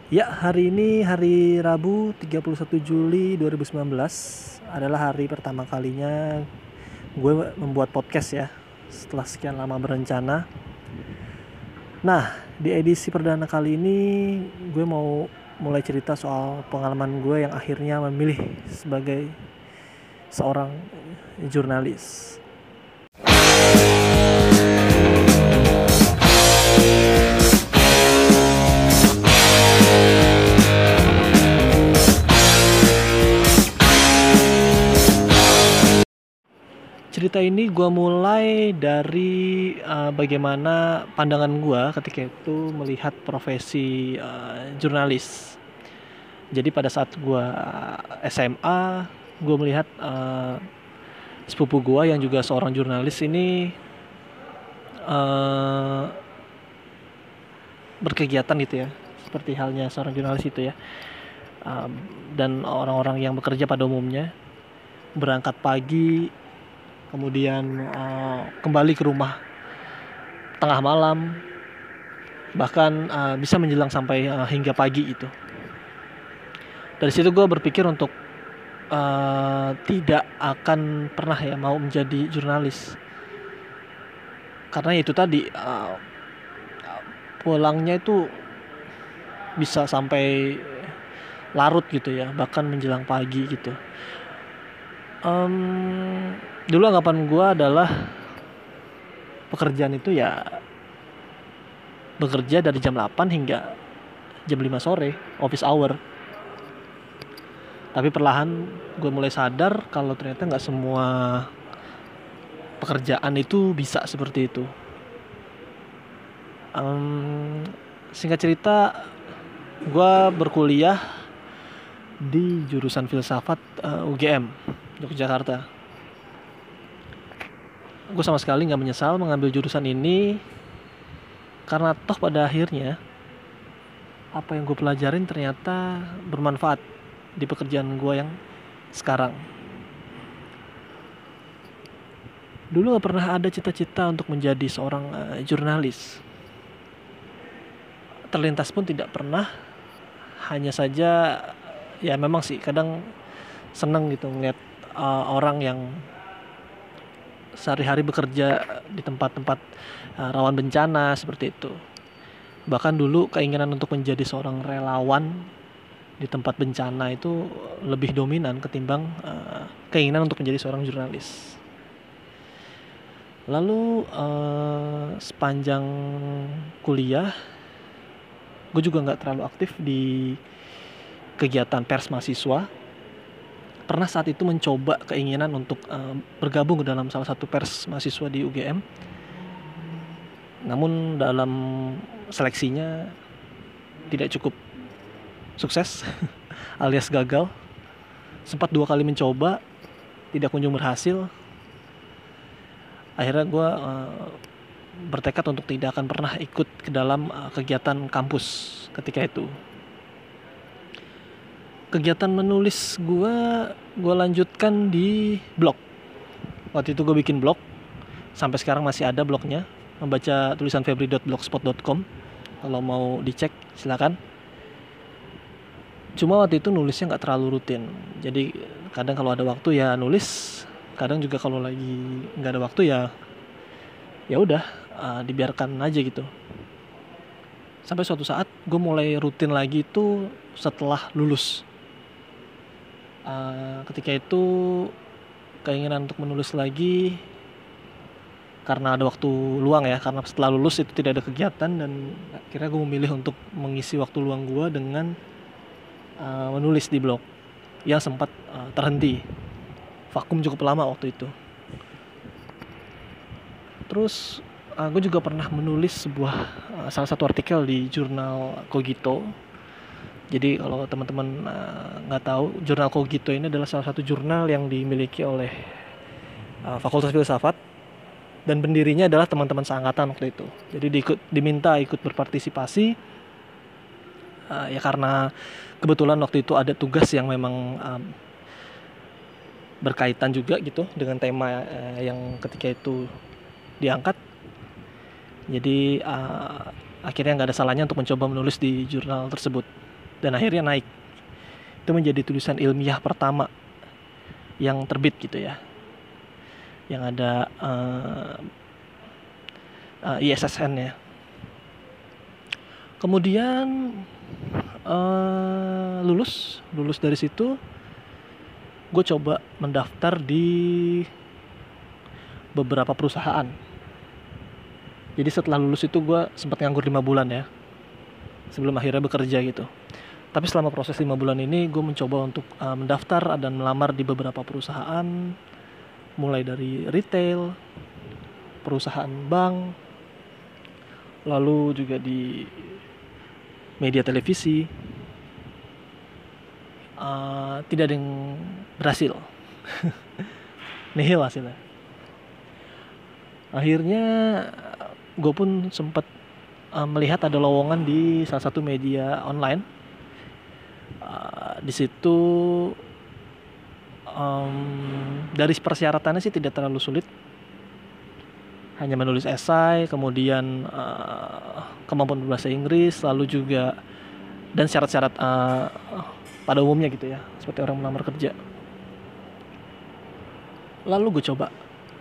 Ya, hari ini hari Rabu 31 Juli 2019 adalah hari pertama kalinya gue membuat podcast ya, setelah sekian lama berencana. Nah, di edisi perdana kali ini gue mau mulai cerita soal pengalaman gue yang akhirnya memilih sebagai seorang jurnalis. Cerita ini gue mulai dari bagaimana pandangan gue ketika itu melihat profesi jurnalis. Jadi pada saat gue SMA, gue melihat sepupu gue yang juga seorang jurnalis ini uh, berkegiatan gitu ya, seperti halnya seorang jurnalis itu ya. Dan orang-orang yang bekerja pada umumnya berangkat pagi, kemudian kembali ke rumah tengah malam, bahkan bisa menjelang sampai hingga pagi itu. Dari situ gue berpikir untuk tidak akan pernah ya mau menjadi jurnalis, karena itu tadi pulangnya itu bisa sampai larut gitu ya, bahkan menjelang pagi gitu. Dulu anggapan gue adalah pekerjaan itu ya bekerja dari jam 8 hingga jam 5 sore, office hour. Tapi perlahan gue mulai sadar kalau ternyata gak semua pekerjaan itu bisa seperti itu. Singkat cerita, gue berkuliah di jurusan filsafat UGM Yogyakarta. Gue sama sekali gak menyesal mengambil jurusan ini, karena toh pada akhirnya apa yang gue pelajarin ternyata bermanfaat di pekerjaan gue yang sekarang. Dulu gak pernah ada cita-cita untuk menjadi seorang jurnalis. Terlintas pun tidak pernah. Hanya saja ya memang sih kadang seneng gitu ngeliat orang yang sehari-hari bekerja di tempat-tempat rawan bencana seperti itu. Bahkan dulu keinginan untuk menjadi seorang relawan di tempat bencana itu lebih dominan ketimbang keinginan untuk menjadi seorang jurnalis. Lalu sepanjang kuliah, gue juga nggak terlalu aktif di kegiatan pers mahasiswa. Pernah saat itu mencoba keinginan untuk bergabung ke dalam salah satu pers mahasiswa di UGM. Namun dalam seleksinya tidak cukup sukses alias gagal. Sempat 2 kali mencoba, tidak kunjung berhasil. Akhirnya gue bertekad untuk tidak akan pernah ikut ke dalam kegiatan kampus ketika itu. Kegiatan menulis gue lanjutkan di blog. Waktu itu gue bikin blog, sampai sekarang masih ada blognya, membaca tulisan febri.blogspot.com. Kalau mau dicek silakan. Cuma waktu itu nulisnya nggak terlalu rutin, jadi kadang kalau ada waktu ya nulis, kadang juga kalau lagi nggak ada waktu ya udah dibiarkan aja gitu. Sampai suatu saat gue mulai rutin lagi itu setelah lulus. Ketika itu keinginan untuk menulis lagi karena ada waktu luang ya, karena setelah lulus itu tidak ada kegiatan, dan akhirnya gue memilih untuk mengisi waktu luang gue dengan menulis di blog yang sempat terhenti, vakum cukup lama waktu itu. Terus gue juga pernah menulis salah satu artikel di jurnal Cogito. Jadi kalau teman-teman nggak tahu, jurnal Cogito ini adalah salah satu jurnal yang dimiliki oleh Fakultas Filsafat, dan pendirinya adalah teman-teman seangkatan waktu itu. Jadi diminta ikut berpartisipasi ya karena kebetulan waktu itu ada tugas yang memang berkaitan juga gitu dengan tema yang ketika itu diangkat. Jadi akhirnya nggak ada salahnya untuk mencoba menulis di jurnal tersebut. dan akhirnya naik. Itu menjadi tulisan ilmiah pertama yang terbit gitu ya, yang ada ISSN ya. Kemudian lulus dari situ, gue coba mendaftar di beberapa perusahaan. Jadi setelah lulus itu gue sempat nganggur 5 bulan ya, sebelum akhirnya bekerja gitu. Tapi selama proses 5 bulan ini gue mencoba untuk mendaftar dan melamar di beberapa perusahaan, mulai dari retail, perusahaan bank, lalu juga di media televisi. Tidak ada yang berhasil. Nihil hasilnya. Akhirnya gue pun sempat melihat ada lowongan di salah satu media online. Di situ dari persyaratannya sih tidak terlalu sulit, hanya menulis esai, kemudian kemampuan berbahasa Inggris, lalu juga dan syarat-syarat pada umumnya gitu ya, seperti orang melamar kerja. Lalu gue coba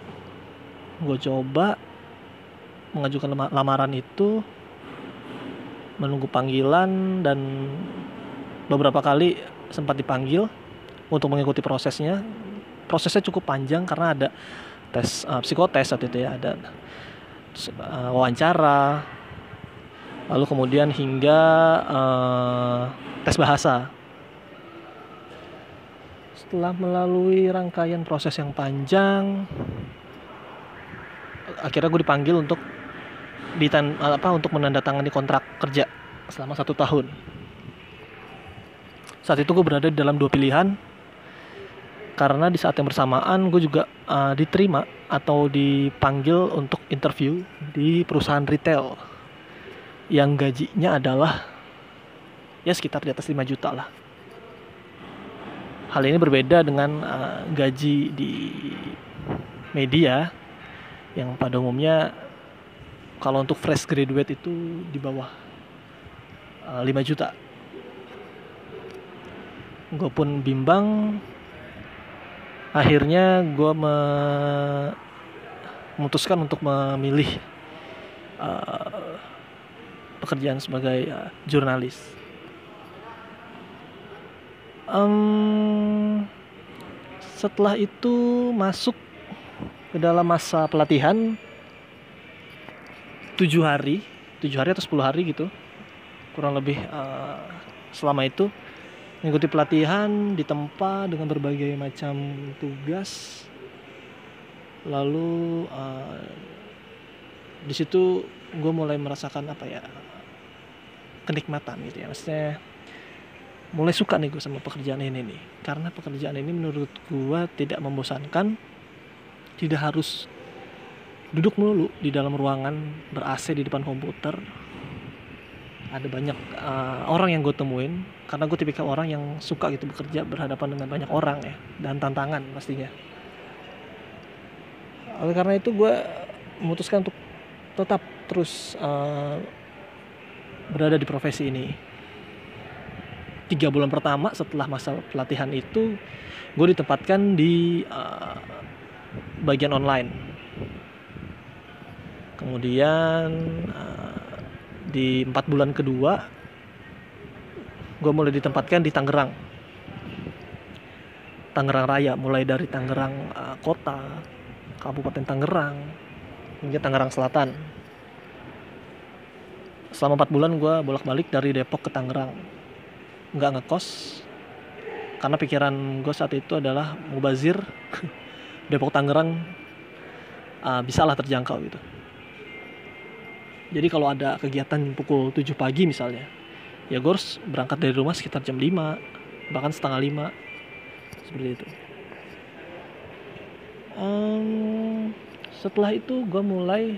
mengajukan lamaran itu, menunggu panggilan, dan beberapa kali sempat dipanggil untuk mengikuti prosesnya. Prosesnya cukup panjang karena ada tes psikotes saat itu ya, ada wawancara, lalu kemudian hingga tes bahasa. Setelah melalui rangkaian proses yang panjang, akhirnya gue dipanggil untuk untuk menandatangani kontrak kerja selama 1 tahun. Saat itu gue berada di dalam 2 pilihan, karena di saat yang bersamaan gue juga diterima atau dipanggil untuk interview di perusahaan retail yang gajinya adalah ya sekitar di atas 5 juta lah. Hal ini berbeda dengan gaji di media yang pada umumnya kalau untuk fresh graduate itu di bawah 5 juta. Gue pun bimbang. Akhirnya gue memutuskan untuk memilih pekerjaan sebagai jurnalis. Setelah itu masuk ke dalam masa pelatihan 7 hari atau 10 hari gitu, kurang lebih selama itu mengikuti pelatihan, ditempa dengan berbagai macam tugas. Lalu di situ gue mulai merasakan kenikmatan gitu ya, maksudnya mulai suka nih gue sama pekerjaan ini nih, karena pekerjaan ini menurut gue tidak membosankan, tidak harus duduk melulu di dalam ruangan ber-AC di depan komputer. Ada banyak orang yang gue temuin, karena gue tipikal orang yang suka gitu bekerja berhadapan dengan banyak orang ya, dan tantangan pastinya. Oleh karena itu gue memutuskan untuk tetap terus berada di profesi ini. 3 bulan pertama setelah masa pelatihan itu, gue ditempatkan di bagian online. Kemudian di 4 bulan kedua, gue mulai ditempatkan di Tangerang Raya, mulai dari Tangerang kota, Kabupaten Tangerang, hingga Tangerang Selatan. Selama 4 bulan gue bolak-balik dari Depok ke Tangerang. Nggak ngekos, karena pikiran gue saat itu adalah mubazir. Depok Tangerang bisalah terjangkau gitu. Jadi kalau ada kegiatan pukul 7 pagi misalnya, ya gue harus berangkat dari rumah sekitar jam 5, bahkan setengah 5, seperti itu. Setelah itu gue mulai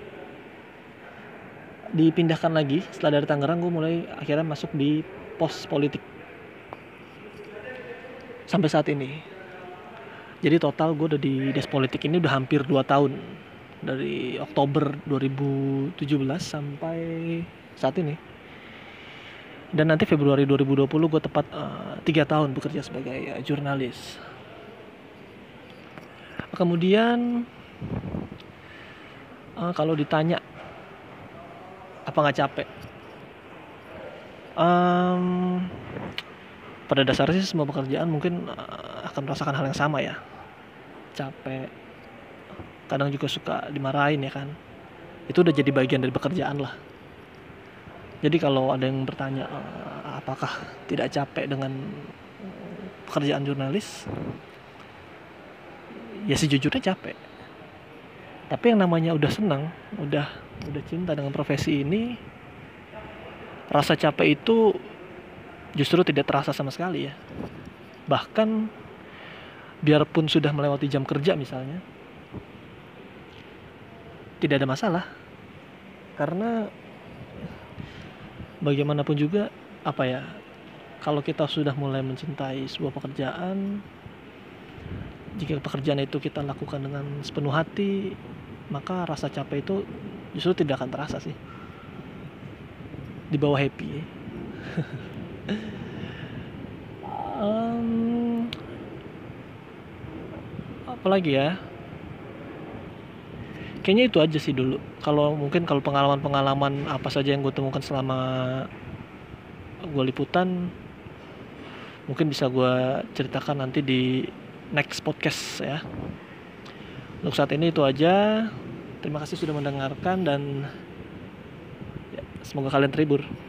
dipindahkan lagi. Setelah dari Tangerang gue mulai akhirnya masuk di pos politik sampai saat ini. Jadi total gue udah di des politik ini udah hampir 2 tahun, dari Oktober 2017 sampai saat ini. Dan nanti Februari 2020 gue tepat 3 tahun bekerja sebagai jurnalis. Kemudian kalau ditanya apa nggak capek, pada dasarnya sih semua pekerjaan mungkin akan merasakan hal yang sama ya, capek, kadang juga suka dimarahin ya kan, itu udah jadi bagian dari pekerjaan lah. Jadi kalau ada yang bertanya apakah tidak capek dengan pekerjaan jurnalis, ya sejujurnya capek. Tapi yang namanya udah senang, udah cinta dengan profesi ini, rasa capek itu justru tidak terasa sama sekali ya. Bahkan biarpun sudah melewati jam kerja misalnya, tidak ada masalah. Karena bagaimanapun juga kalau kita sudah mulai mencintai sebuah pekerjaan, jika pekerjaan itu kita lakukan dengan sepenuh hati, maka rasa capek itu justru tidak akan terasa sih, di bawah happy. Apalagi ya, kayaknya itu aja sih dulu. Kalau pengalaman apa saja yang gue temukan selama gue liputan, mungkin bisa gue ceritakan nanti di next podcast ya. Untuk saat ini itu aja. Terima kasih sudah mendengarkan dan ya, semoga kalian terhibur.